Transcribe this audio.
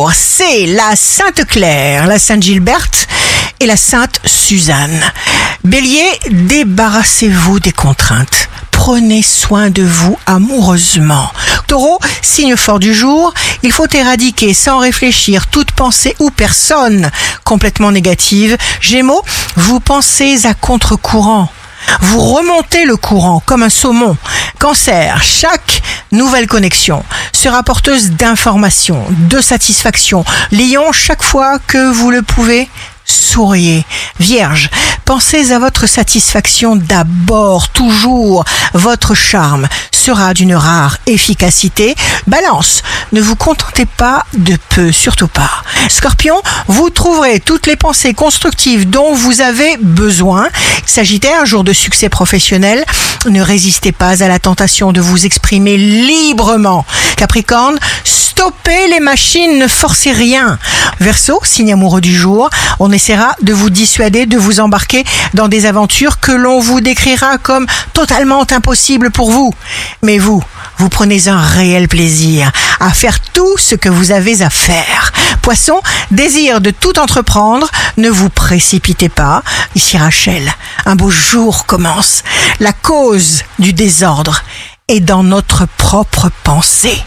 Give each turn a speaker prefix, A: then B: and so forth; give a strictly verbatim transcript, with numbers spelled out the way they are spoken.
A: jour, c'est la Sainte Claire, la Sainte Gilberte et la Sainte Suzanne. Bélier, débarrassez-vous des contraintes. Prenez soin de vous amoureusement. Taureau, signe fort du jour, il faut éradiquer sans réfléchir toute pensée ou personne complètement négative. Gémeaux, vous pensez à contre-courant. Vous remontez le courant comme un saumon. Cancer, chaque nouvelle connexion sera porteuse d'informations, de satisfaction. Lion, chaque fois que vous le pouvez, souriez. Vierge, pensez à votre satisfaction d'abord, toujours. Votre charme sera d'une rare efficacité. Balance, ne vous contentez pas de peu, surtout pas. Scorpion, vous trouverez toutes les pensées constructives dont vous avez besoin. Sagittaire, jour de succès professionnel, ne résistez pas à la tentation de vous exprimer librement. Capricorne, stoppez les machines, ne forcez rien. Verseau, signe amoureux du jour, on essaiera de vous dissuader de vous embarquer dans des aventures que l'on vous décrira comme totalement impossibles pour vous. Mais vous, vous prenez un réel plaisir à faire tout ce que vous avez à faire. Poisson, désir de tout entreprendre, ne vous précipitez pas. Ici Rachel, un beau jour commence. La cause du désordre est dans notre propre pensée.